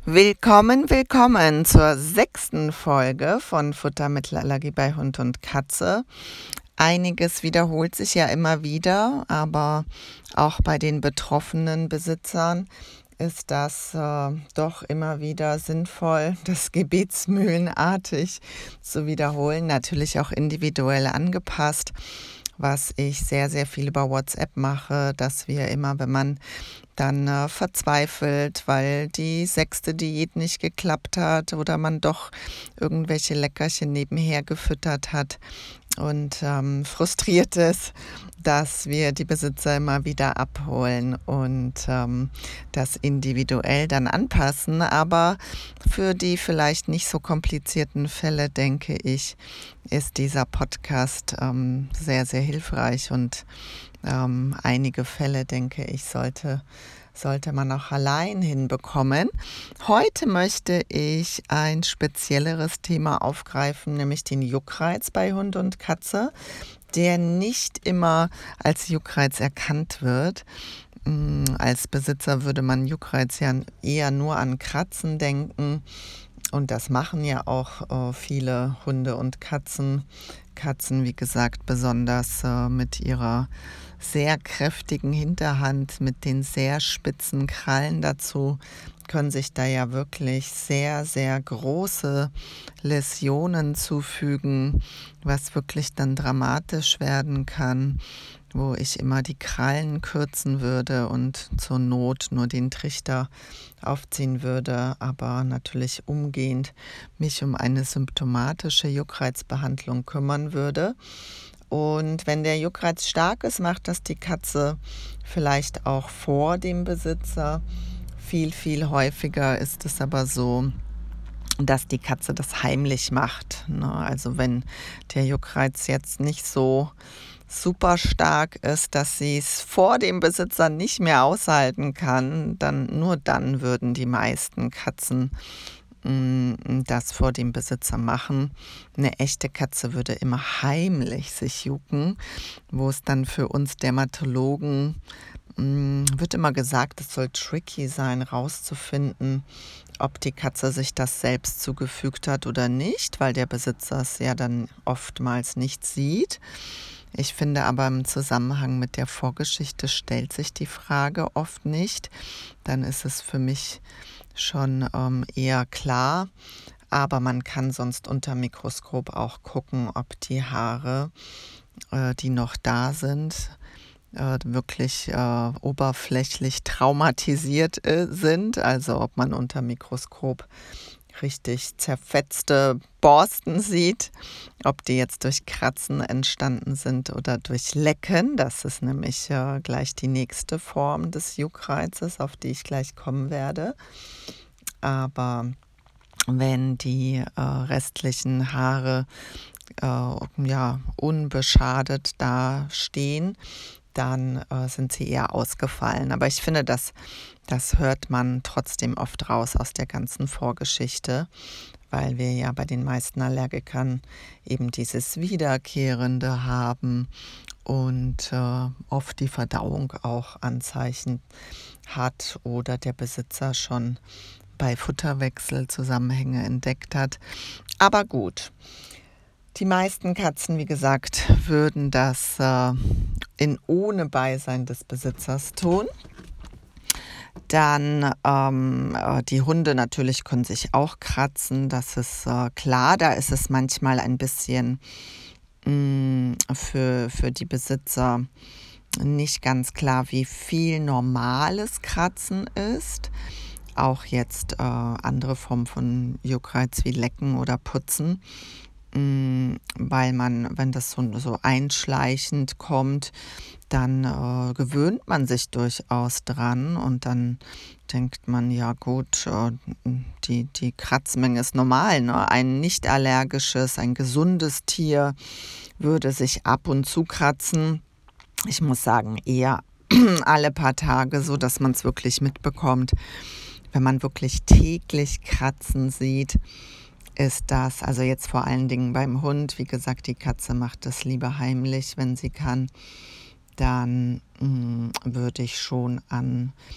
Willkommen zur 6. Folge von Futtermittelallergie bei Hund und Katze. Einiges wiederholt sich ja immer wieder, aber auch bei den betroffenen Besitzern ist das doch immer wieder sinnvoll, das gebetsmühlenartig zu wiederholen, natürlich auch individuell angepasst, was ich sehr, sehr viel über WhatsApp mache, dass wir immer, wenn man dann verzweifelt, weil die 6. Diät nicht geklappt hat oder man doch irgendwelche Leckerchen nebenher gefüttert hat und frustriert ist, dass wir die Besitzer immer wieder abholen und das individuell dann anpassen. Aber für die vielleicht nicht so komplizierten Fälle, denke ich, ist dieser Podcast sehr, sehr hilfreich und einige Fälle, denke ich, sollte man auch allein hinbekommen. Heute möchte ich ein spezielleres Thema aufgreifen, nämlich den Juckreiz bei Hund und Katze, der nicht immer als Juckreiz erkannt wird. Als Besitzer würde man Juckreiz ja eher nur an Kratzen denken. Und das machen ja auch viele Hunde und Katzen. Katzen, wie gesagt, besonders mit ihrer sehr kräftigen Hinterhand, mit den sehr spitzen Krallen dazu, können sich da ja wirklich sehr, sehr große Läsionen zufügen, was wirklich dann dramatisch werden kann, wo ich immer die Krallen kürzen würde und zur Not nur den Trichter aufziehen würde, aber natürlich umgehend mich um eine symptomatische Juckreizbehandlung kümmern würde. Und wenn der Juckreiz stark ist, macht das die Katze vielleicht auch vor dem Besitzer. Viel, viel häufiger ist es aber so, dass die Katze das heimlich macht. Also wenn der Juckreiz jetzt nicht so super stark ist, dass sie es vor dem Besitzer nicht mehr aushalten kann, nur dann würden die meisten Katzen das vor dem Besitzer machen. Eine echte Katze würde immer heimlich sich jucken, wo es dann für uns Dermatologen wird immer gesagt, es soll tricky sein, rauszufinden, ob die Katze sich das selbst zugefügt hat oder nicht, weil der Besitzer es ja dann oftmals nicht sieht. Ich finde aber im Zusammenhang mit der Vorgeschichte stellt sich die Frage oft nicht. Dann ist es für mich schon eher klar. Aber man kann sonst unter Mikroskop auch gucken, ob die Haare, die noch da sind, wirklich oberflächlich traumatisiert sind. Also ob man unter Mikroskop richtig zerfetzte Borsten sieht, ob die jetzt durch Kratzen entstanden sind oder durch Lecken. Das ist nämlich gleich die nächste Form des Juckreizes, auf die ich gleich kommen werde. Aber wenn die restlichen Haare unbeschadet da stehen, dann sind sie eher ausgefallen. Aber ich finde, das hört man trotzdem oft raus aus der ganzen Vorgeschichte, weil wir ja bei den meisten Allergikern eben dieses Wiederkehrende haben und oft die Verdauung auch Anzeichen hat oder der Besitzer schon bei Futterwechsel Zusammenhänge entdeckt hat. Aber gut. Die meisten Katzen, wie gesagt, würden das ohne Beisein des Besitzers tun. Dann die Hunde natürlich können sich auch kratzen, das ist klar. Da ist es manchmal ein bisschen für die Besitzer nicht ganz klar, wie viel normales Kratzen ist. Auch jetzt andere Formen von Juckreiz wie Lecken oder Putzen. Weil man, wenn das so einschleichend kommt, dann gewöhnt man sich durchaus dran und dann denkt man, ja gut, die Kratzmenge ist normal. Ne? Ein nicht allergisches, ein gesundes Tier würde sich ab und zu kratzen. Ich muss sagen, eher alle paar Tage, so dass man es wirklich mitbekommt. Wenn man wirklich täglich Kratzen sieht, ist das, also jetzt vor allen Dingen beim Hund, wie gesagt, die Katze macht das lieber heimlich, wenn sie kann, dann würde ich schon an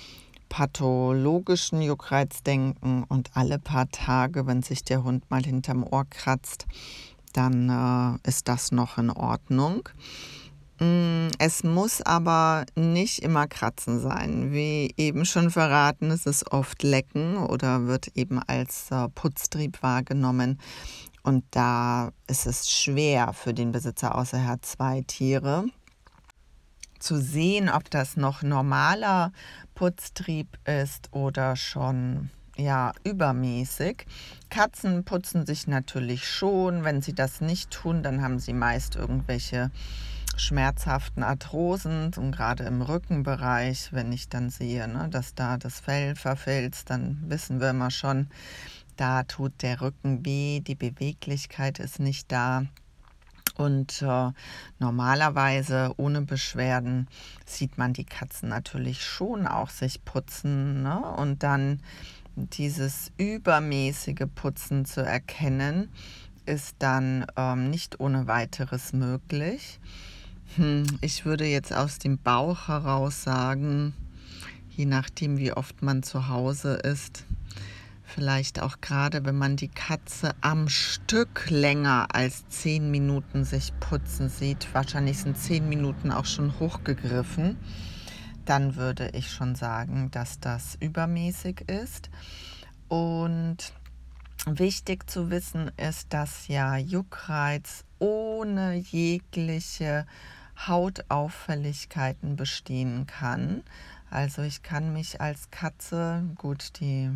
pathologischen Juckreiz denken und alle paar Tage, wenn sich der Hund mal hinterm Ohr kratzt, dann ist das noch in Ordnung. Es muss aber nicht immer Kratzen sein. Wie eben schon verraten, es ist oft Lecken oder wird eben als Putztrieb wahrgenommen. Und da ist es schwer für den Besitzer, außer er hat 2 Tiere, zu sehen, ob das noch normaler Putztrieb ist oder schon übermäßig. Katzen putzen sich natürlich schon. Wenn sie das nicht tun, dann haben sie meist irgendwelche schmerzhaften Arthrosen und gerade im Rückenbereich, wenn ich dann sehe, dass da das Fell verfilzt, dann wissen wir immer schon, da tut der Rücken weh, die Beweglichkeit ist nicht da. Und normalerweise ohne Beschwerden sieht man die Katzen natürlich schon auch sich putzen, ne? Und dann dieses übermäßige Putzen zu erkennen, ist dann nicht ohne weiteres möglich. Ich würde jetzt aus dem Bauch heraus sagen, je nachdem wie oft man zu Hause ist, vielleicht auch gerade, wenn man die Katze am Stück länger als 10 Minuten sich putzen sieht, wahrscheinlich sind 10 Minuten auch schon hochgegriffen, dann würde ich schon sagen, dass das übermäßig ist. Und wichtig zu wissen ist, dass ja Juckreiz ohne jegliche Hautauffälligkeiten bestehen kann. Also ich kann mich als Katze, gut, die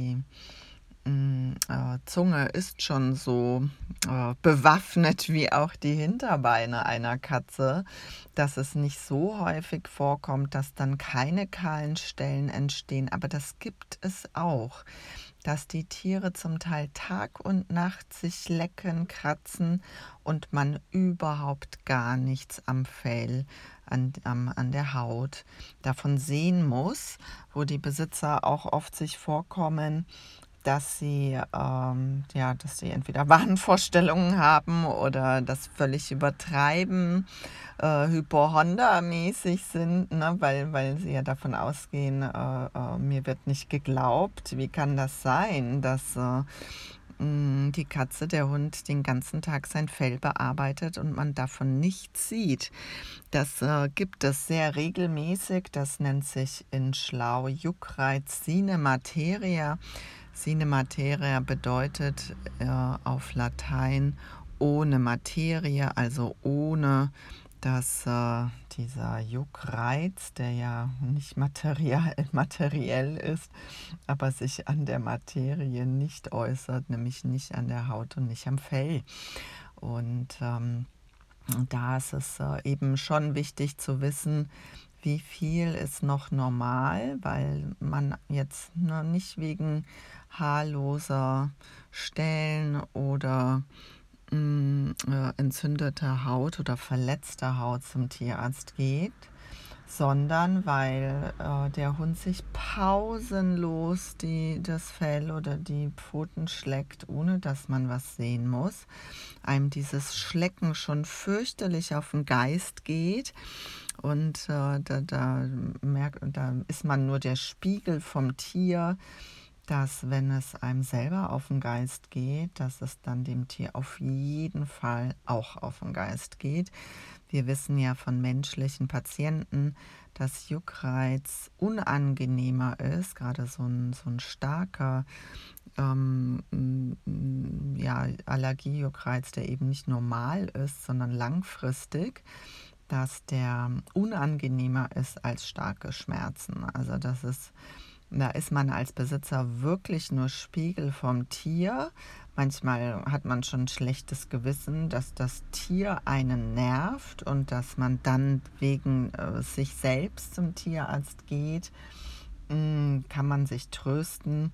Zunge ist schon so bewaffnet wie auch die Hinterbeine einer Katze, dass es nicht so häufig vorkommt, dass dann keine kahlen Stellen entstehen. Aber das gibt es auch, dass die Tiere zum Teil Tag und Nacht sich lecken, kratzen und man überhaupt gar nichts am Fell, an der Haut davon sehen muss, wo die Besitzer auch oft sich vorkommen, dass sie entweder Wahnvorstellungen haben oder das völlig übertreiben, Hypochonder-mäßig sind, ne, weil sie ja davon ausgehen, mir wird nicht geglaubt. Wie kann das sein, dass die Katze, der Hund den ganzen Tag sein Fell bearbeitet und man davon nichts sieht? Das gibt es sehr regelmäßig. Das nennt sich in Schlau Juckreiz Cinemateria. Cinemateria bedeutet auf Latein ohne Materie, also ohne dass dieser Juckreiz, der ja nicht materiell ist, aber sich an der Materie nicht äußert, nämlich nicht an der Haut und nicht am Fell. Und da ist es eben schon wichtig zu wissen, wie viel ist noch normal, weil man jetzt nicht wegen haarloser Stellen oder entzündeter Haut oder verletzter Haut zum Tierarzt geht, sondern weil der Hund sich pausenlos das Fell oder die Pfoten schleckt, ohne dass man was sehen muss, einem dieses Schlecken schon fürchterlich auf den Geist geht. Und da ist man nur der Spiegel vom Tier, dass wenn es einem selber auf den Geist geht, dass es dann dem Tier auf jeden Fall auch auf den Geist geht. Wir wissen ja von menschlichen Patienten, dass Juckreiz unangenehmer ist, gerade so ein starker Allergiejuckreiz, der eben nicht normal ist, sondern langfristig, dass der unangenehmer ist als starke Schmerzen. Also da ist man als Besitzer wirklich nur Spiegel vom Tier. Manchmal hat man schon ein schlechtes Gewissen, dass das Tier einen nervt und dass man dann wegen sich selbst zum Tierarzt geht. Kann man sich trösten.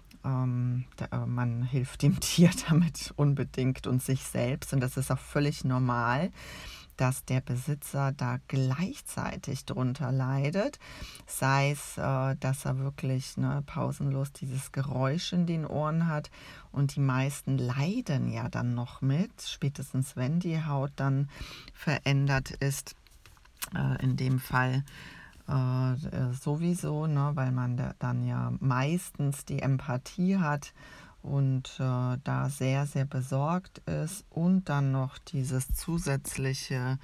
Man hilft dem Tier damit unbedingt und sich selbst. Und das ist auch völlig normal, dass der Besitzer da gleichzeitig drunter leidet, sei es, dass er wirklich pausenlos dieses Geräusch in den Ohren hat, und die meisten leiden ja dann noch mit, spätestens wenn die Haut dann verändert ist, in dem Fall sowieso, ne, weil man dann ja meistens die Empathie hat und da sehr, sehr besorgt ist und dann noch diese zusätzliche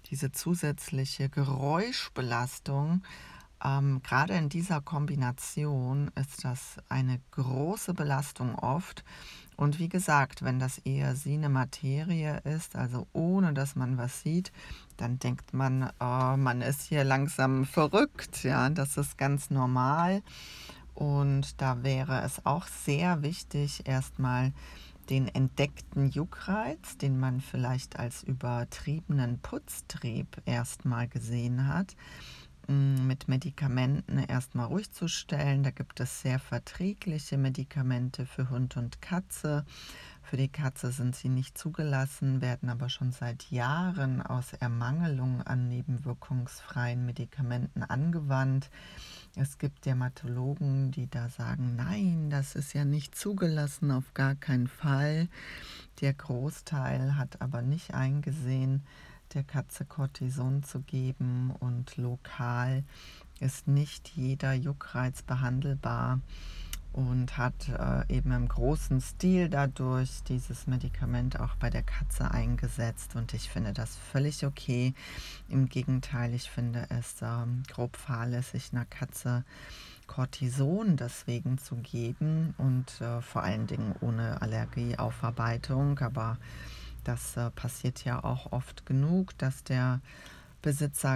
Geräuschbelastung. Gerade in dieser Kombination ist das eine große Belastung oft. Und wie gesagt, wenn das eher Sine Materie ist, also ohne dass man was sieht, dann denkt man, man ist hier langsam verrückt. Ja, das ist ganz normal. Und da wäre es auch sehr wichtig, erstmal den entdeckten Juckreiz, den man vielleicht als übertriebenen Putztrieb erstmal gesehen hat, mit Medikamenten erstmal ruhig zu stellen. Da gibt es sehr verträgliche Medikamente für Hund und Katze. Für die Katze sind sie nicht zugelassen, werden aber schon seit Jahren aus Ermangelung an nebenwirkungsfreien Medikamenten angewandt. Es gibt Dermatologen, die da sagen, nein, das ist ja nicht zugelassen, auf gar keinen Fall. Der Großteil hat aber nicht eingesehen, der Katze Cortison zu geben, und lokal ist nicht jeder Juckreiz behandelbar und hat eben im großen Stil dadurch dieses Medikament auch bei der Katze eingesetzt, und ich finde das völlig okay. Im Gegenteil, ich finde es grob fahrlässig, einer Katze Cortison deswegen zu geben und vor allen Dingen ohne Allergieaufarbeitung, aber das passiert ja auch oft genug, dass der Besitzer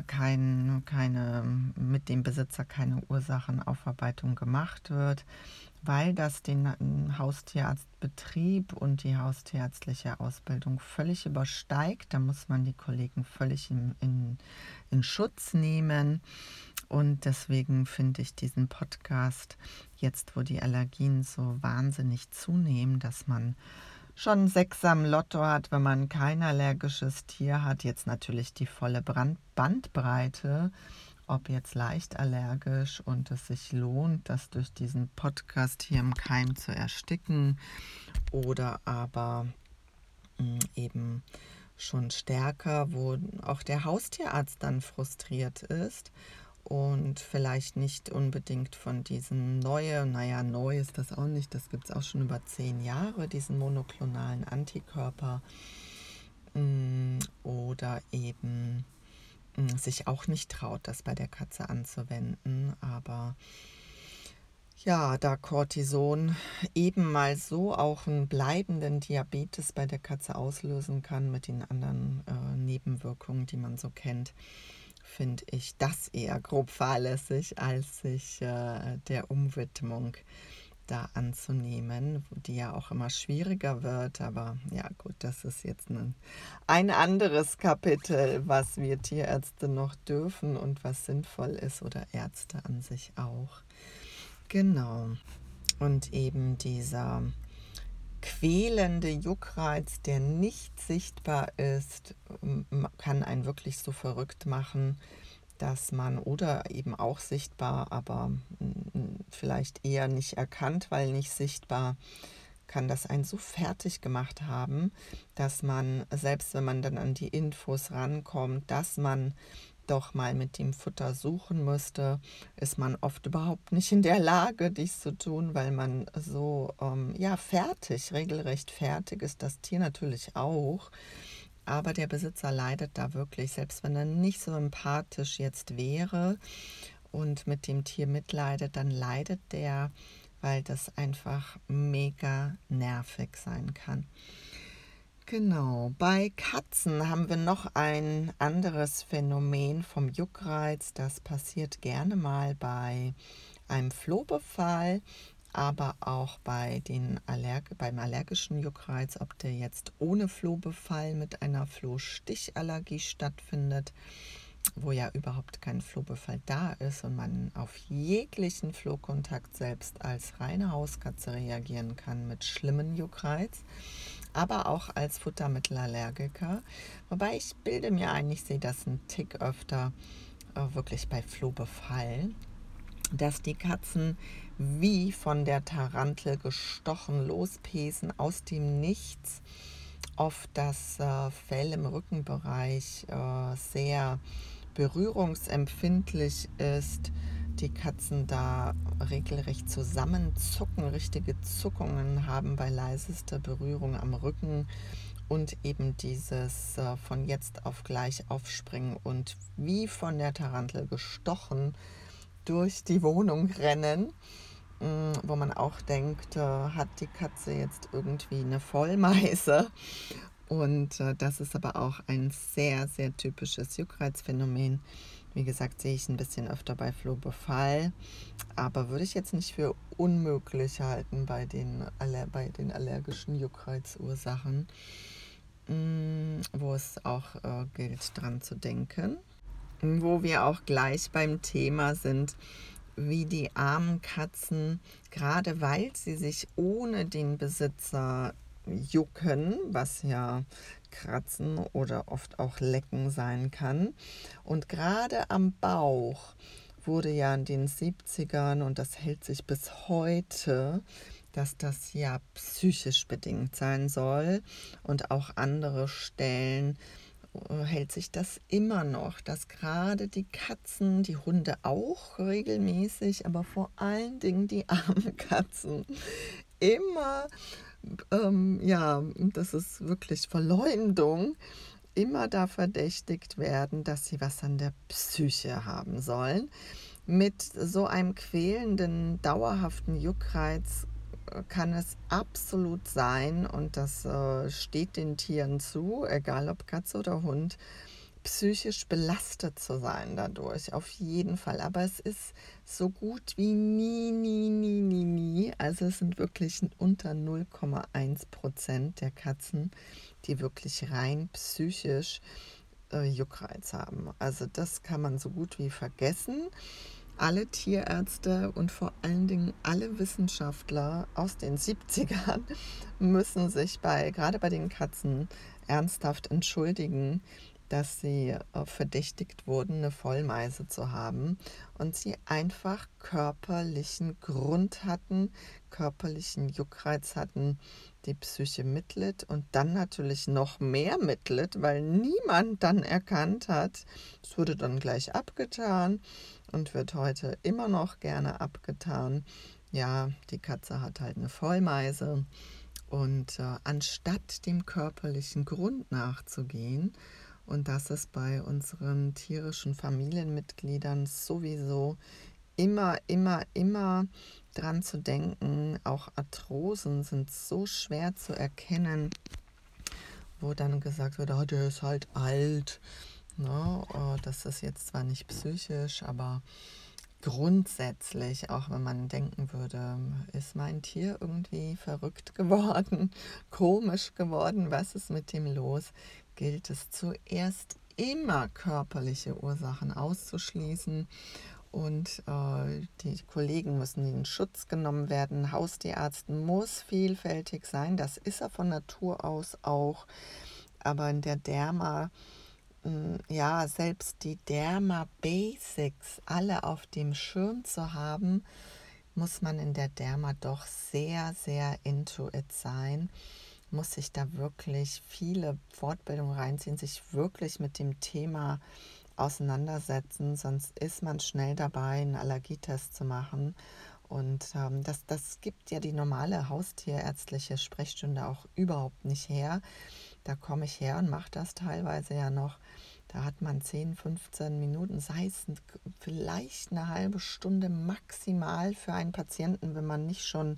mit dem Besitzer keine Ursachenaufarbeitung gemacht wird, weil das den Haustierarztbetrieb und die haustierärztliche Ausbildung völlig übersteigt. Da muss man die Kollegen völlig in Schutz nehmen. Und deswegen finde ich diesen Podcast jetzt, wo die Allergien so wahnsinnig zunehmen, dass man schon 6 am Lotto hat, wenn man kein allergisches Tier hat. Jetzt natürlich die volle Bandbreite, ob jetzt leicht allergisch, und es sich lohnt, das durch diesen Podcast hier im Keim zu ersticken, oder aber eben schon stärker, wo auch der Haustierarzt dann frustriert ist und vielleicht nicht unbedingt von diesem neu ist das auch nicht, das gibt es auch schon über 10 Jahre, diesen monoklonalen Antikörper, oder eben sich auch nicht traut, das bei der Katze anzuwenden. Aber ja, da Cortison eben mal so auch einen bleibenden Diabetes bei der Katze auslösen kann mit den anderen Nebenwirkungen, die man so kennt, finde ich das eher grob fahrlässig, als sich der Umwidmung da anzunehmen, die ja auch immer schwieriger wird. Aber ja gut, das ist jetzt ein anderes Kapitel, was wir Tierärzte noch dürfen und was sinnvoll ist, oder Ärzte an sich auch. Genau. Und eben dieser quälende Juckreiz, der nicht sichtbar ist, kann einen wirklich so verrückt machen, dass man, oder eben auch sichtbar, aber vielleicht eher nicht erkannt, weil nicht sichtbar, kann das einen so fertig gemacht haben, dass man, selbst wenn man dann an die Infos rankommt, dass man doch mal mit dem Futter suchen müsste, ist man oft überhaupt nicht in der Lage, dies zu tun, weil man so regelrecht fertig ist, das Tier natürlich auch. Aber der Besitzer leidet da wirklich, selbst wenn er nicht so empathisch jetzt wäre und mit dem Tier mitleidet, dann leidet der, weil das einfach mega nervig sein kann. Genau, bei Katzen haben wir noch ein anderes Phänomen vom Juckreiz. Das passiert gerne mal bei einem Flohbefall, aber auch beim allergischen Juckreiz, ob der jetzt ohne Flohbefall mit einer Flohstichallergie stattfindet, wo ja überhaupt kein Flohbefall da ist und man auf jeglichen Flohkontakt selbst als reine Hauskatze reagieren kann mit schlimmen Juckreiz, aber auch als Futtermittelallergiker. Wobei ich bilde mir ein, ich sehe das einen Tick öfter wirklich bei Flohbefall, dass die Katzen wie von der Tarantel gestochen lospesen aus dem Nichts, oft das Fell im Rückenbereich sehr berührungsempfindlich ist, die Katzen da regelrecht zusammenzucken, richtige Zuckungen haben bei leisester Berührung am Rücken und eben dieses von jetzt auf gleich aufspringen und wie von der Tarantel gestochen durch die Wohnung rennen, wo man auch denkt, hat die Katze jetzt irgendwie eine Vollmeise? Und das ist aber auch ein sehr, sehr typisches Juckreizphänomen. Wie gesagt, sehe ich ein bisschen öfter bei Flo Befall, aber würde ich jetzt nicht für unmöglich halten bei den allergischen Juckreizursachen, wo es auch gilt, dran zu denken. Wo wir auch gleich beim Thema sind, wie die armen Katzen, gerade weil sie sich ohne den Besitzer jucken, was ja kratzen oder oft auch lecken sein kann. Und gerade am Bauch wurde ja in den 70ern, und das hält sich bis heute, dass das ja psychisch bedingt sein soll, und auch andere Stellen hält sich das immer noch, dass gerade die Katzen, die Hunde auch regelmäßig, aber vor allen Dingen die armen Katzen immer, ja, das ist wirklich Verleumdung, immer da verdächtigt werden, dass sie was an der Psyche haben sollen. Mit so einem quälenden, dauerhaften Juckreiz kann es absolut sein, und das steht den Tieren zu, egal ob Katze oder Hund, psychisch belastet zu sein dadurch, auf jeden Fall. Aber es ist so gut wie nie, nie, nie, nie, nie. Also es sind wirklich unter 0,1% der Katzen, die wirklich rein psychisch Juckreiz haben. Also das kann man so gut wie vergessen. Alle Tierärzte und vor allen Dingen alle Wissenschaftler aus den 70ern müssen sich gerade bei den Katzen ernsthaft entschuldigen, dass sie verdächtigt wurden, eine Vollmeise zu haben und sie einfach körperlichen Grund hatten, körperlichen Juckreiz hatten, die Psyche mitlitt und dann natürlich noch mehr mitlitt, weil niemand dann erkannt hat, es wurde dann gleich abgetan und wird heute immer noch gerne abgetan. Ja, die Katze hat halt eine Vollmeise. Und anstatt dem körperlichen Grund nachzugehen, und das ist bei unseren tierischen Familienmitgliedern sowieso immer, immer, immer dran zu denken, auch Arthrosen sind so schwer zu erkennen, wo dann gesagt wird, oh, der ist halt alt. No, das ist jetzt zwar nicht psychisch, aber grundsätzlich, auch wenn man denken würde, ist mein Tier irgendwie verrückt geworden, komisch geworden, was ist mit dem los, gilt es zuerst immer körperliche Ursachen auszuschließen. Und die Kollegen müssen in Schutz genommen werden. Haustierarzt muss vielfältig sein, das ist er von Natur aus auch. Aber in der Derma, ja, selbst die Derma-Basics alle auf dem Schirm zu haben, muss man in der Derma doch sehr, sehr into it sein, muss sich da wirklich viele Fortbildungen reinziehen, sich wirklich mit dem Thema auseinandersetzen, sonst ist man schnell dabei, einen Allergietest zu machen. Und das gibt ja die normale haustierärztliche Sprechstunde auch überhaupt nicht her. Da komme ich her und mache das teilweise ja noch. Da hat man 10, 15 Minuten, sei es vielleicht eine halbe Stunde maximal für einen Patienten, wenn man nicht schon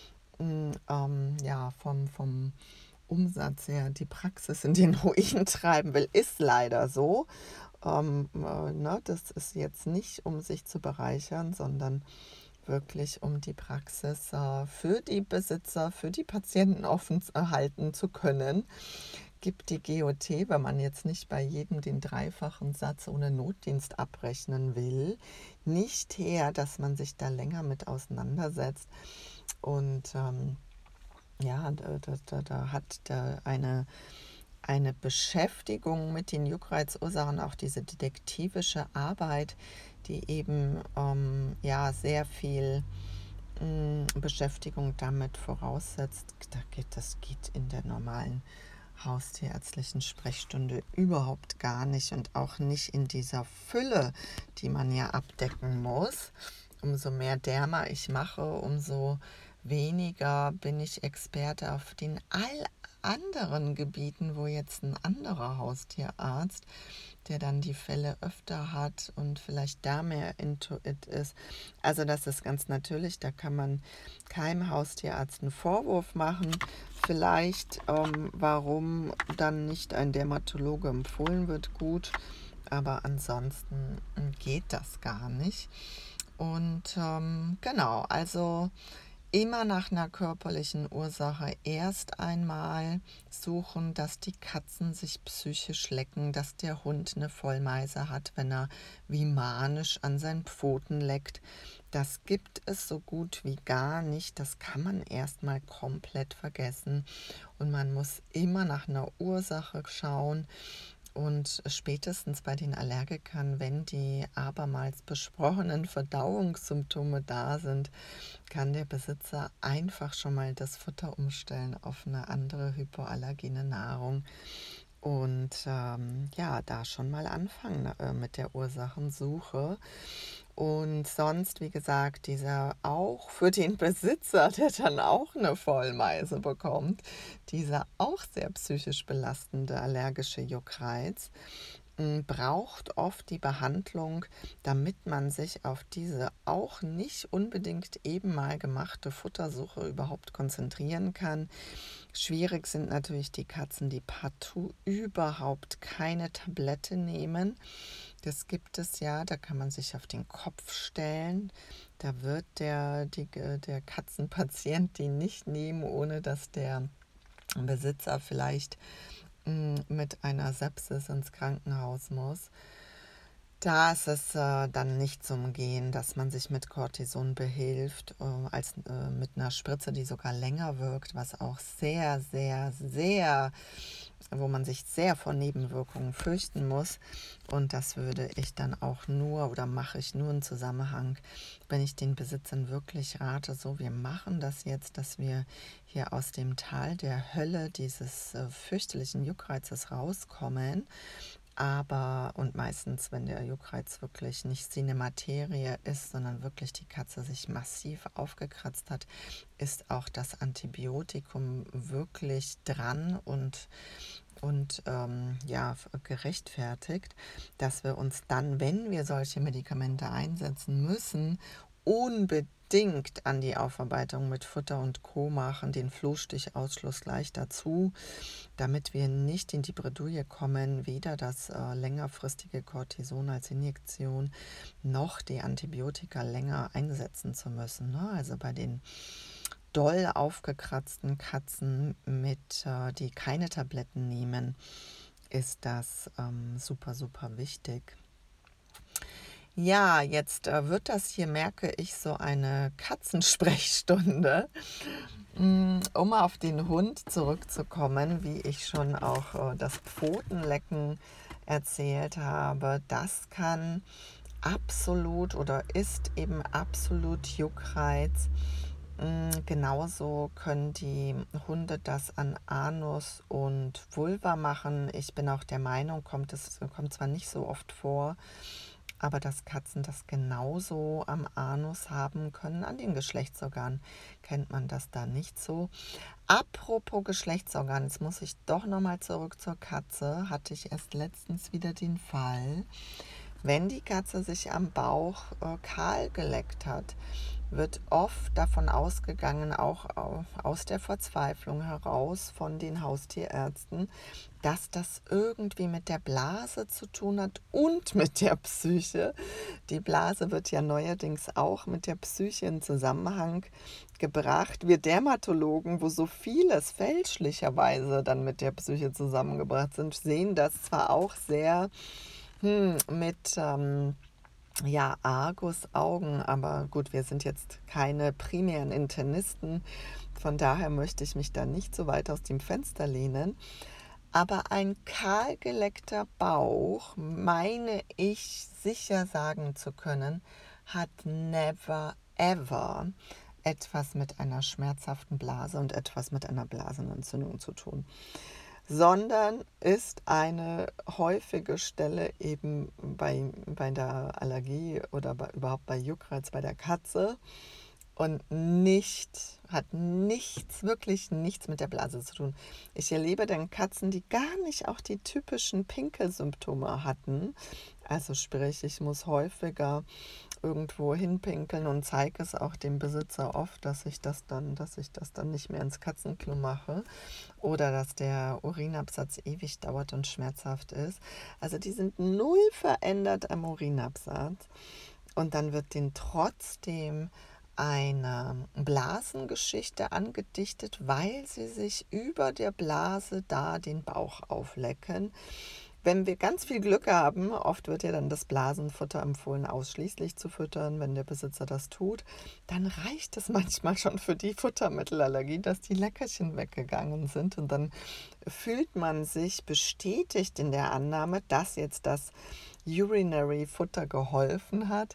ja, vom Umsatz her die Praxis in den Ruin treiben will. Ist leider so. Ne, das ist jetzt nicht, um sich zu bereichern, sondern wirklich, um die Praxis für die Besitzer, für die Patienten offen halten zu können. Gibt die GOT, wenn man jetzt nicht bei jedem den dreifachen Satz ohne Notdienst abrechnen will, nicht her, dass man sich da länger mit auseinandersetzt. Und ja, da hat eine Beschäftigung mit den Juckreizursachen, auch diese detektivische Arbeit, die eben ja sehr viel Beschäftigung damit voraussetzt. Das geht in der normalen haustierärztlichen Sprechstunde überhaupt gar nicht und auch nicht in dieser Fülle, die man ja abdecken muss. Umso mehr Derma ich mache, umso weniger bin ich Experte auf den all anderen Gebieten, wo jetzt ein anderer Haustierarzt, der dann die Fälle öfter hat und vielleicht da mehr into it ist. Also das ist ganz natürlich, da kann man keinem Haustierarzt einen Vorwurf machen. Vielleicht, warum dann nicht ein Dermatologe empfohlen wird, gut, aber ansonsten geht das gar nicht. Und genau, also immer nach einer körperlichen Ursache erst einmal suchen, dass die Katzen sich psychisch lecken, dass der Hund eine Vollmeise hat, wenn er wie manisch an seinen Pfoten leckt. Das gibt es so gut wie gar nicht. Das kann man erstmal komplett vergessen. Und man muss immer nach einer Ursache schauen. Und spätestens bei den Allergikern, wenn die abermals besprochenen Verdauungssymptome da sind, kann der Besitzer einfach schon mal das Futter umstellen auf eine andere hypoallergene Nahrung und ja, da schon mal anfangen mit der Ursachensuche. Und sonst, wie gesagt, dieser auch für den Besitzer, der dann auch eine Vollmeise bekommt, dieser auch sehr psychisch belastende allergische Juckreiz, braucht oft die Behandlung, damit man sich auf diese auch nicht unbedingt eben mal gemachte Futtersuche überhaupt konzentrieren kann. Schwierig sind natürlich die Katzen, die partout überhaupt keine Tablette nehmen. Das gibt es ja, da kann man sich auf den Kopf stellen. Da wird der Katzenpatient die nicht nehmen, ohne dass der Besitzer vielleicht mit einer Sepsis ins Krankenhaus muss. Da ist es dann nicht zu umgehen, dass man sich mit Cortison behilft, als mit einer Spritze, die sogar länger wirkt, was auch sehr, sehr, sehr, wo man sich sehr vor Nebenwirkungen fürchten muss. Und das würde ich dann auch nur oder mache ich nur im Zusammenhang, wenn ich den Besitzern wirklich rate, so wir machen das jetzt, dass wir hier aus dem Tal der Hölle dieses fürchterlichen Juckreizes rauskommen. Aber, und meistens, wenn der Juckreiz wirklich nicht eine Materie ist, sondern wirklich die Katze sich massiv aufgekratzt hat, ist auch das Antibiotikum wirklich dran und ja, gerechtfertigt, dass wir uns dann, wenn wir solche Medikamente einsetzen müssen, unbedingt an die Aufarbeitung mit Futter und Co. machen, den Flohstichausschluss gleich dazu, damit wir nicht in die Bredouille kommen, weder das längerfristige Cortison als Injektion noch die Antibiotika länger einsetzen zu müssen. Ne? Also bei den doll aufgekratzten Katzen, die keine Tabletten nehmen, ist das super, super wichtig. Ja, jetzt wird das hier, merke ich, so eine Katzensprechstunde. Um auf den Hund zurückzukommen, wie ich schon auch das Pfotenlecken erzählt habe, das kann absolut oder ist eben absolut Juckreiz. Genauso können die Hunde das an Anus und Vulva machen. Ich bin auch der Meinung, kommt zwar nicht so oft vor, aber dass Katzen das genauso am Anus haben können. An den Geschlechtsorganen kennt man das da nicht so. Apropos Geschlechtsorgan, jetzt muss ich doch nochmal zurück zur Katze. Hatte ich erst letztens wieder den Fall, wenn die Katze sich am Bauch kahl geleckt hat, wird oft davon ausgegangen, auch aus der Verzweiflung heraus von den Haustierärzten, dass das irgendwie mit der Blase zu tun hat und mit der Psyche. Die Blase wird ja neuerdings auch mit der Psyche in Zusammenhang gebracht. Wir Dermatologen, wo so vieles fälschlicherweise dann mit der Psyche zusammengebracht sind, sehen das zwar auch sehr mit ja, Argusaugen, aber gut, wir sind jetzt keine primären Internisten, von daher möchte ich mich da nicht so weit aus dem Fenster lehnen. Aber ein kahlgeleckter Bauch, meine ich sicher sagen zu können, hat never ever etwas mit einer schmerzhaften Blase und etwas mit einer Blasenentzündung zu tun. sondern ist eine häufige Stelle eben bei der Allergie oder überhaupt bei Juckreiz bei der Katze und hat nichts, wirklich nichts mit der Blase zu tun. Ich erlebe dann Katzen, die gar nicht auch die typischen Pinkelsymptome hatten. Also sprich, ich muss häufiger irgendwo hinpinkeln und zeige es auch dem Besitzer oft, dass ich das dann nicht mehr ins Katzenklo mache oder dass der Urinabsatz ewig dauert und schmerzhaft ist. Also die sind null verändert am Urinabsatz und dann wird denen trotzdem eine Blasengeschichte angedichtet, weil sie sich über der Blase da den Bauch auflecken. Wenn wir ganz viel Glück haben, oft wird ja dann das Blasenfutter empfohlen, ausschließlich zu füttern, wenn der Besitzer das tut, dann reicht es manchmal schon für die Futtermittelallergie, dass die Leckerchen weggegangen sind und dann fühlt man sich bestätigt in der Annahme, dass jetzt das Urinary Futter geholfen hat.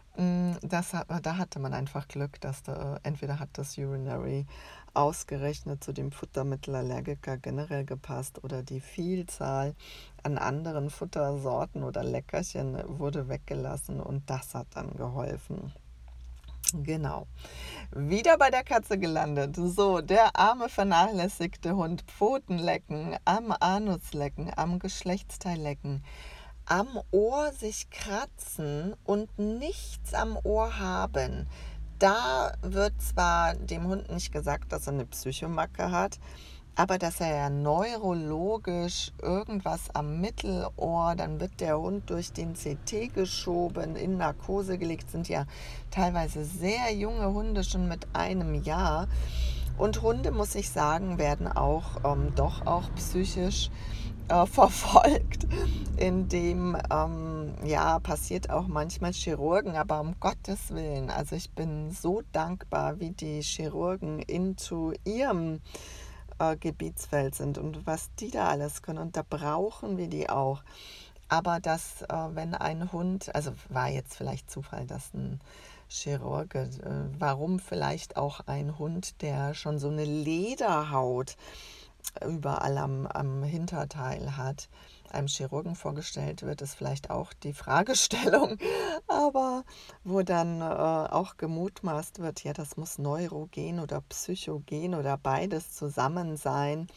Da hatte man einfach Glück, dass entweder hat das Urinary ausgerechnet zu dem Futtermittelallergiker generell gepasst oder die Vielzahl an anderen Futtersorten oder Leckerchen wurde weggelassen und das hat dann geholfen. Genau. Wieder bei der Katze gelandet. So, der arme vernachlässigte Hund. Pfoten lecken, am Anus lecken, am Geschlechtsteil lecken, am Ohr sich kratzen und nichts am Ohr haben. Da wird zwar dem Hund nicht gesagt, dass er eine Psychomacke hat, aber dass er ja neurologisch irgendwas am Mittelohr, dann wird der Hund durch den CT geschoben, in Narkose gelegt, sind ja teilweise sehr junge Hunde, schon mit einem Jahr. Und Hunde, muss ich sagen, werden doch auch psychisch verfolgt, indem passiert auch manchmal Chirurgen, aber um Gottes Willen, also ich bin so dankbar, wie die Chirurgen into ihrem Gebietsfeld sind und was die da alles können und da brauchen wir die auch. Aber wenn ein Hund, also war jetzt vielleicht Zufall, dass ein Chirurge, warum vielleicht auch ein Hund, der schon so eine Lederhaut überall am Hinterteil hat, einem Chirurgen vorgestellt wird, ist vielleicht auch die Fragestellung, aber wo dann auch gemutmaßt wird, ja, das muss neurogen oder psychogen oder beides zusammen sein.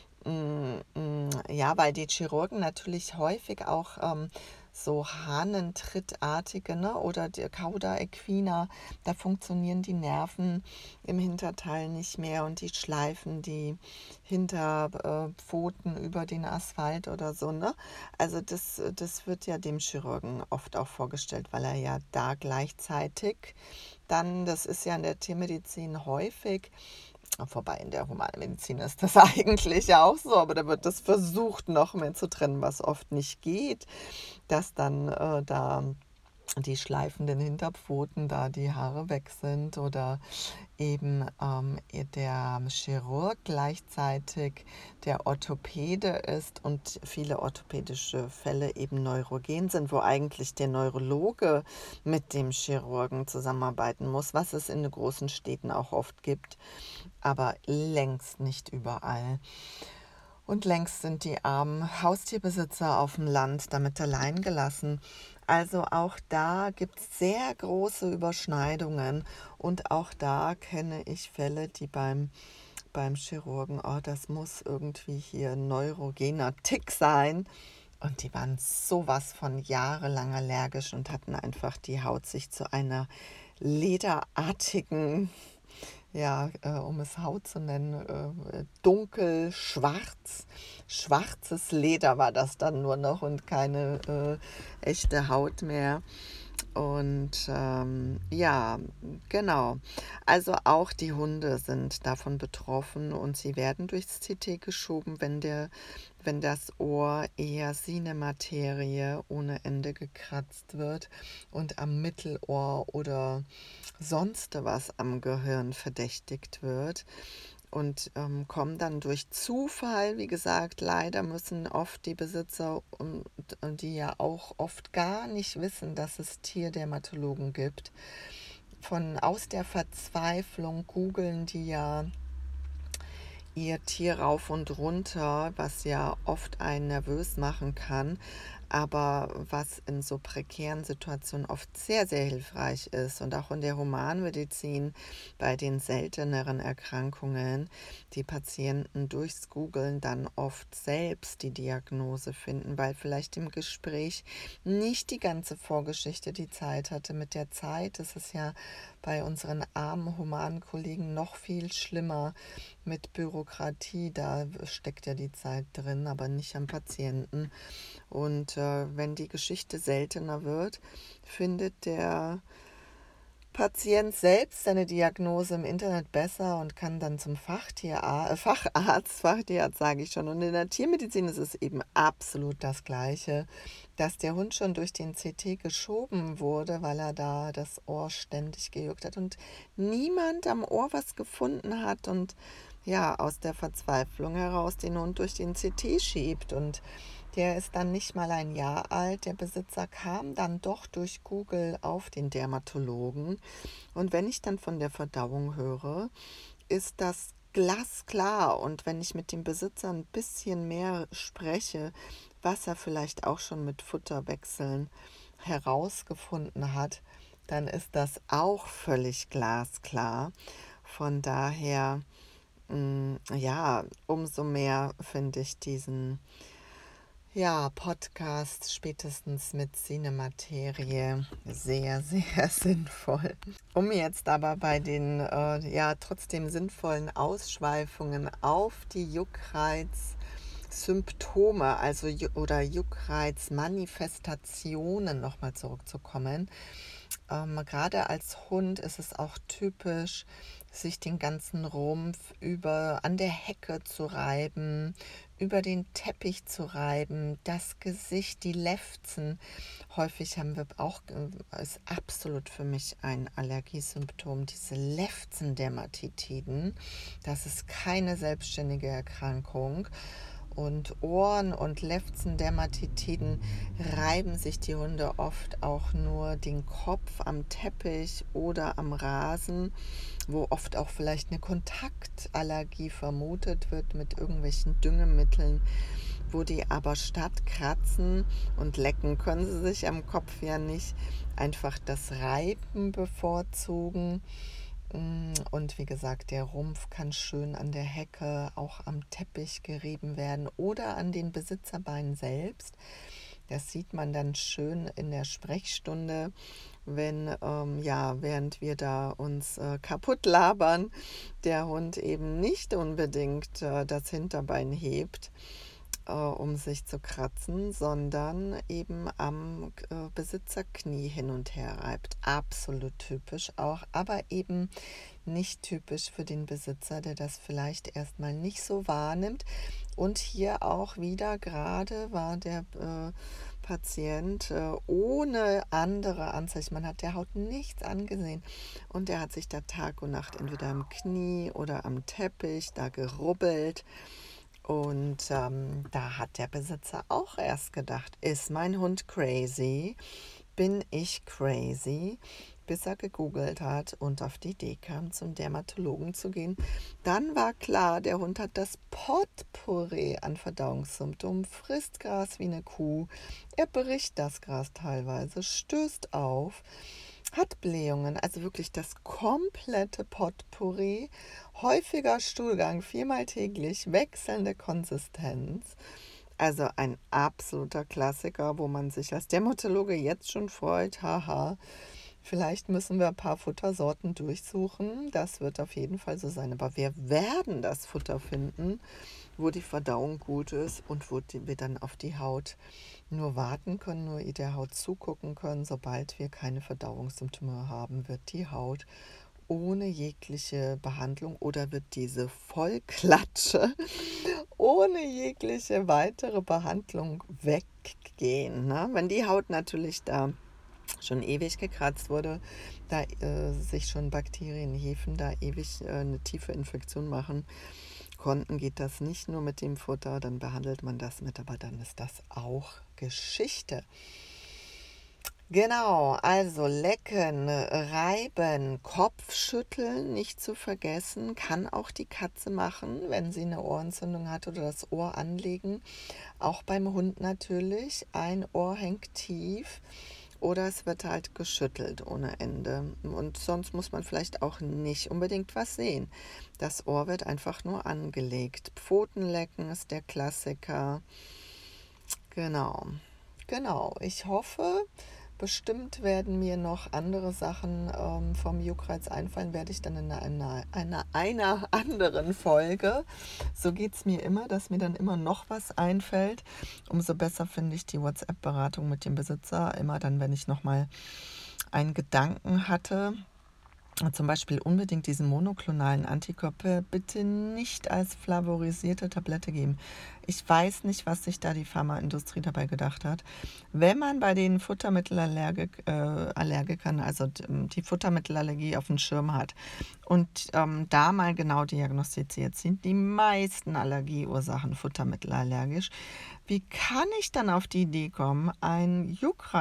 Ja, weil die Chirurgen natürlich häufig auch so Hahnentrittartige, ne, oder die Cauda equina, da funktionieren die Nerven im Hinterteil nicht mehr und die schleifen die Hinterpfoten über den Asphalt oder so, ne? Also das wird ja dem Chirurgen oft auch vorgestellt, weil er ja da gleichzeitig dann, das ist ja in der Tiermedizin häufig, vorbei in der Humanmedizin ist das eigentlich ja auch so, aber da wird das versucht, noch mehr zu trennen, was oft nicht geht, dass dann da die schleifenden Hinterpfoten, da die Haare weg sind oder eben der Chirurg gleichzeitig der Orthopäde ist und viele orthopädische Fälle eben neurogen sind, wo eigentlich der Neurologe mit dem Chirurgen zusammenarbeiten muss, was es in den großen Städten auch oft gibt, aber längst nicht überall. Und längst sind die armen Haustierbesitzer auf dem Land damit allein gelassen. Also auch da gibt es sehr große Überschneidungen und auch da kenne ich Fälle, die beim Chirurgen, oh, das muss irgendwie hier ein neurogener Tick sein. Und die waren sowas von jahrelang allergisch und hatten einfach die Haut sich zu einer lederartigen, ja, um es Haut zu nennen, dunkel, schwarz, schwarzes Leder war das dann nur noch und keine echte Haut mehr. Und ja, genau. Also auch die Hunde sind davon betroffen und sie werden durchs CT geschoben, wenn das Ohr eher Sinematerie ohne Ende gekratzt wird und am Mittelohr oder sonst was am Gehirn verdächtigt wird und kommen dann durch Zufall, wie gesagt, leider müssen oft die Besitzer, und die ja auch oft gar nicht wissen, dass es Tierdermatologen gibt, aus der Verzweiflung googeln die ja ihr Tier rauf und runter, was ja oft einen nervös machen kann, aber was in so prekären Situationen oft sehr, sehr hilfreich ist. Und auch in der Humanmedizin bei den selteneren Erkrankungen die Patienten durchs Googlen dann oft selbst die Diagnose finden, weil vielleicht im Gespräch nicht die ganze Vorgeschichte die Zeit hatte. Mit der Zeit ist es ja bei unseren armen humanen Kollegen noch viel schlimmer mit Bürokratie. Da steckt ja die Zeit drin, aber nicht am Patienten. Und wenn die Geschichte seltener wird, findet der Patient selbst seine Diagnose im Internet besser und kann dann zum Fachtierarzt sage ich schon. Und in der Tiermedizin ist es eben absolut das Gleiche, dass der Hund schon durch den CT geschoben wurde, weil er da das Ohr ständig gejuckt hat und niemand am Ohr was gefunden hat und ja, aus der Verzweiflung heraus den Hund durch den CT schiebt. Und der ist dann nicht mal ein Jahr alt. Der Besitzer kam dann doch durch Google auf den Dermatologen. Und wenn ich dann von der Verdauung höre, ist das glasklar. Und wenn ich mit dem Besitzer ein bisschen mehr spreche, was er vielleicht auch schon mit Futterwechseln herausgefunden hat, dann ist das auch völlig glasklar. Von daher, ja, umso mehr finde ich diesen Podcast spätestens mit Cinematerie sehr, sehr sinnvoll. Um jetzt aber bei den trotzdem sinnvollen Ausschweifungen auf die Juckreizsymptome, oder Juckreizmanifestationen nochmal zurückzukommen. Gerade als Hund ist es auch typisch, sich den ganzen Rumpf an der Hecke zu reiben, über den Teppich zu reiben, das Gesicht, die Lefzen. Häufig haben wir auch, ist absolut für mich ein Allergiesymptom, diese Lefzendermatitiden. Das ist keine selbstständige Erkrankung. Und Ohren- und Lefzendermatitiden reiben sich die Hunde oft auch nur den Kopf am Teppich oder am Rasen, wo oft auch vielleicht eine Kontaktallergie vermutet wird mit irgendwelchen Düngemitteln, wo die aber statt kratzen und lecken können sie sich am Kopf ja nicht, einfach das Reiben bevorzugen. Und wie gesagt, der Rumpf kann schön an der Hecke, auch am Teppich gerieben werden oder an den Besitzerbeinen selbst. Das sieht man dann schön in der Sprechstunde, wenn, während wir da uns kaputt labern, der Hund eben nicht unbedingt das Hinterbein hebt, um sich zu kratzen, sondern eben am Besitzerknie hin und her reibt. Absolut typisch auch, aber eben nicht typisch für den Besitzer, der das vielleicht erstmal nicht so wahrnimmt. Und hier auch wieder gerade war der Patient ohne andere Anzeichen. Man hat der Haut nichts angesehen. Und er hat sich da Tag und Nacht entweder am Knie oder am Teppich da gerubbelt. Und da hat der Besitzer auch erst gedacht, ist mein Hund crazy? Bin ich crazy? Bis er gegoogelt hat und auf die Idee kam, zum Dermatologen zu gehen. Dann war klar, der Hund hat das Potpourri an Verdauungssymptomen, frisst Gras wie eine Kuh, er bricht das Gras teilweise, stößt auf, hat Blähungen, also wirklich das komplette Potpourri, häufiger Stuhlgang, 4-mal täglich, wechselnde Konsistenz. Also ein absoluter Klassiker, wo man sich als Dermatologe jetzt schon freut, haha. Vielleicht müssen wir ein paar Futtersorten durchsuchen. Das wird auf jeden Fall so sein. Aber wir werden das Futter finden, wo die Verdauung gut ist und wo wir dann auf die Haut nur warten können, nur der Haut zugucken können. Sobald wir keine Verdauungssymptome haben, wird die Haut ohne jegliche Behandlung oder wird diese Vollklatsche ohne jegliche weitere Behandlung weggehen. Ne? Wenn die Haut natürlich da schon ewig gekratzt wurde, da sich schon Bakterien, Hefen da ewig eine tiefe Infektion machen konnten, geht das nicht nur mit dem Futter, dann behandelt man das mit, aber dann ist das auch Geschichte. Genau, also lecken, reiben, Kopfschütteln nicht zu vergessen, kann auch die Katze machen, wenn sie eine Ohrentzündung hat oder das Ohr anlegen. Auch beim Hund natürlich. Ein Ohr hängt tief oder es wird halt geschüttelt ohne Ende. Und sonst muss man vielleicht auch nicht unbedingt was sehen. Das Ohr wird einfach nur angelegt. Pfoten lecken ist der Klassiker. Genau, genau. Ich hoffe, bestimmt werden mir noch andere Sachen vom Juckreiz einfallen, werde ich dann in einer anderen Folge. So geht es mir immer, dass mir dann immer noch was einfällt. Umso besser finde ich die WhatsApp-Beratung mit dem Besitzer. Immer dann, wenn ich nochmal einen Gedanken hatte. Zum Beispiel unbedingt diesen monoklonalen Antikörper bitte nicht als flavorisierte Tablette geben. Ich weiß nicht, was sich da die Pharmaindustrie dabei gedacht hat. Wenn man bei den Futtermittelallergikern, also die Futtermittelallergie auf dem Schirm hat und da mal genau diagnostiziert sind, die meisten Allergieursachen futtermittelallergisch, wie kann ich dann auf die Idee kommen, ein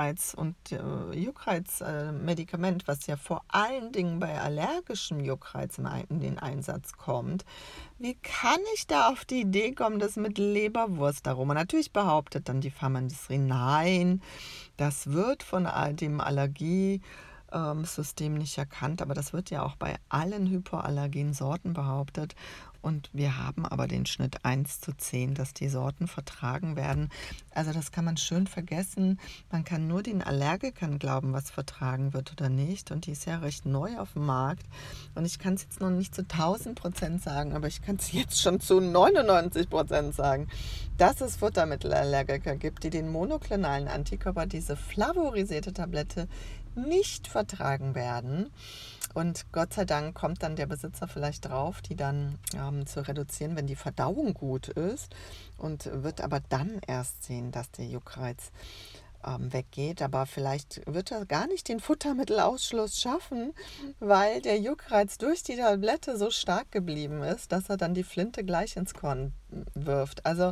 Juckreiz-Medikament, was ja vor allen Dingen bei allergischem Juckreiz in den Einsatz kommt, wie kann ich da auf die Idee kommen, das mit Leberwurstaroma? Natürlich behauptet dann die Pharmaindustrie, nein, das wird von dem Allergiesystem nicht erkannt, aber das wird ja auch bei allen hypoallergenen Sorten behauptet. Und wir haben aber den Schnitt 1:10, dass die Sorten vertragen werden. Also das kann man schön vergessen. Man kann nur den Allergikern glauben, was vertragen wird oder nicht. Und die ist ja recht neu auf dem Markt. Und ich kann es jetzt noch nicht zu 1000% sagen, aber ich kann es jetzt schon zu 99% sagen, dass es Futtermittelallergiker gibt, die den monoklonalen Antikörper, diese flavorisierte Tablette, nicht vertragen werden. Und Gott sei Dank kommt dann der Besitzer vielleicht drauf, die dann zu reduzieren, wenn die Verdauung gut ist, und wird aber dann erst sehen, dass der Juckreiz weggeht. Aber vielleicht wird er gar nicht den Futtermittelausschluss schaffen, weil der Juckreiz durch die Tablette so stark geblieben ist, dass er dann die Flinte gleich ins Korn wirft. Also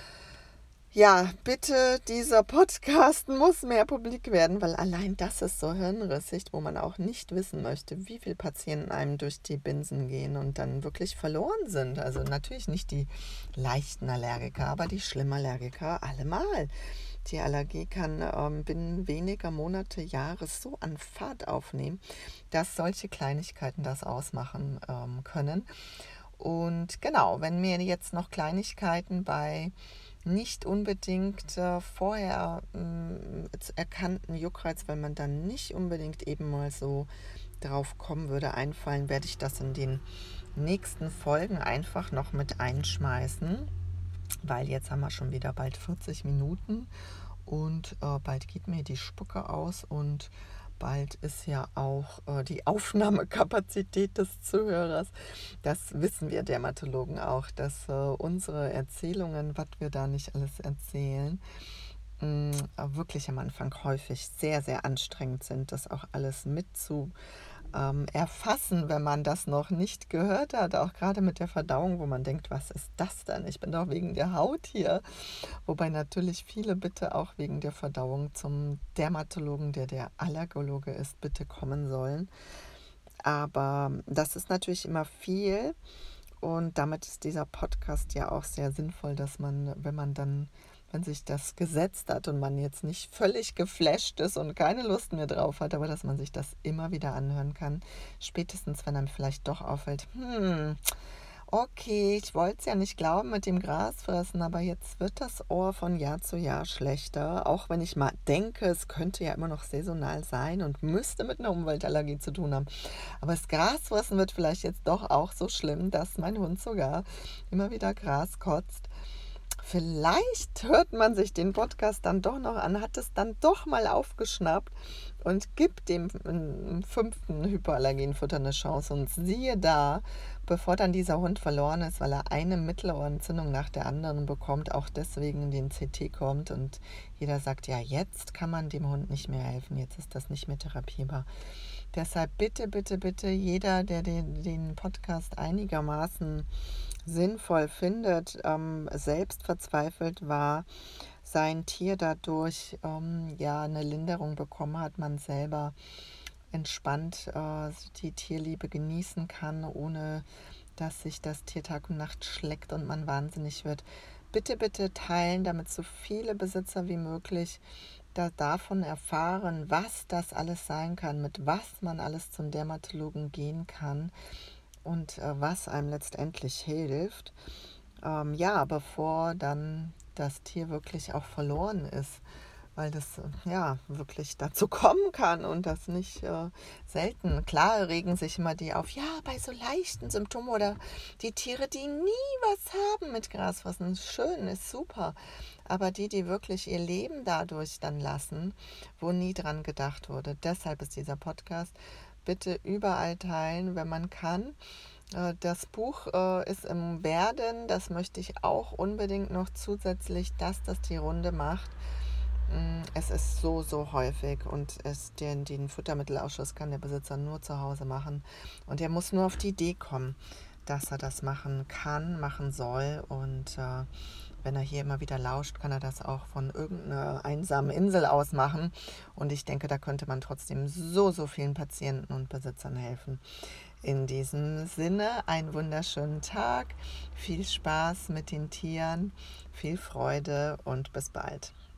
ja, bitte, dieser Podcast muss mehr publik werden, weil allein das ist so hirnrissig, wo man auch nicht wissen möchte, wie viele Patienten einem durch die Binsen gehen und dann wirklich verloren sind. Also natürlich nicht die leichten Allergiker, aber die Schlimmallergiker allemal. Die Allergie kann binnen weniger Monate, Jahre so an Fahrt aufnehmen, dass solche Kleinigkeiten das ausmachen können. Und genau, wenn mir jetzt noch Kleinigkeiten bei nicht unbedingt vorher erkannten Juckreiz, weil man dann nicht unbedingt eben mal so drauf kommen würde, einfallen, werde ich das in den nächsten Folgen einfach noch mit einschmeißen, weil jetzt haben wir schon wieder bald 40 Minuten und bald geht mir die Spucke aus und bald ist ja auch die Aufnahmekapazität des Zuhörers. Das wissen wir Dermatologen auch, dass unsere Erzählungen, was wir da nicht alles erzählen, wirklich am Anfang häufig sehr, sehr anstrengend sind, das auch alles erfassen, wenn man das noch nicht gehört hat, auch gerade mit der Verdauung, wo man denkt, was ist das denn? Ich bin doch wegen der Haut hier. Wobei natürlich viele bitte auch wegen der Verdauung zum Dermatologen, der Allergologe ist, bitte kommen sollen. Aber das ist natürlich immer viel und damit ist dieser Podcast ja auch sehr sinnvoll, dass man, wenn sich das gesetzt hat und man jetzt nicht völlig geflasht ist und keine Lust mehr drauf hat, aber dass man sich das immer wieder anhören kann, spätestens wenn einem vielleicht doch auffällt, okay, ich wollte es ja nicht glauben mit dem Grasfressen, aber jetzt wird das Ohr von Jahr zu Jahr schlechter, auch wenn ich mal denke, es könnte ja immer noch saisonal sein und müsste mit einer Umweltallergie zu tun haben. Aber das Grasfressen wird vielleicht jetzt doch auch so schlimm, dass mein Hund sogar immer wieder Gras kotzt. Vielleicht hört man sich den Podcast dann doch noch an, hat es dann doch mal aufgeschnappt und gibt dem 5. Hypoallergenfutter eine Chance. Und siehe da, bevor dann dieser Hund verloren ist, weil er eine Mittelohrentzündung nach der anderen bekommt, auch deswegen in den CT kommt und jeder sagt, ja, jetzt kann man dem Hund nicht mehr helfen, jetzt ist das nicht mehr therapierbar. Deshalb bitte, bitte, bitte, jeder, der den Podcast einigermaßen sinnvoll findet, selbst verzweifelt war, sein Tier dadurch ja eine Linderung bekommen hat, man selber entspannt die Tierliebe genießen kann, ohne dass sich das Tier Tag und Nacht schlägt und man wahnsinnig wird. Bitte, bitte teilen, damit so viele Besitzer wie möglich davon erfahren, was das alles sein kann, mit was man alles zum Dermatologen gehen kann und was einem letztendlich hilft. Ja, bevor dann das Tier wirklich auch verloren ist, weil das ja wirklich dazu kommen kann und das nicht selten. Klar regen sich immer die auf, ja, bei so leichten Symptomen oder die Tiere, die nie was haben mit Grasfressen. Schön, ist super. Aber die wirklich ihr Leben dadurch dann lassen, wo nie dran gedacht wurde. Deshalb ist dieser Podcast. Bitte überall teilen, wenn man kann. Das Buch ist im Werden, das möchte ich auch unbedingt noch zusätzlich, dass das die Runde macht. Es ist so, so häufig und den Futtermittelausschuss kann der Besitzer nur zu Hause machen. Und er muss nur auf die Idee kommen, dass er das machen kann, machen soll. Und wenn er hier immer wieder lauscht, kann er das auch von irgendeiner einsamen Insel aus machen. Und ich denke, da könnte man trotzdem so, so vielen Patienten und Besitzern helfen. In diesem Sinne, einen wunderschönen Tag, viel Spaß mit den Tieren, viel Freude und bis bald.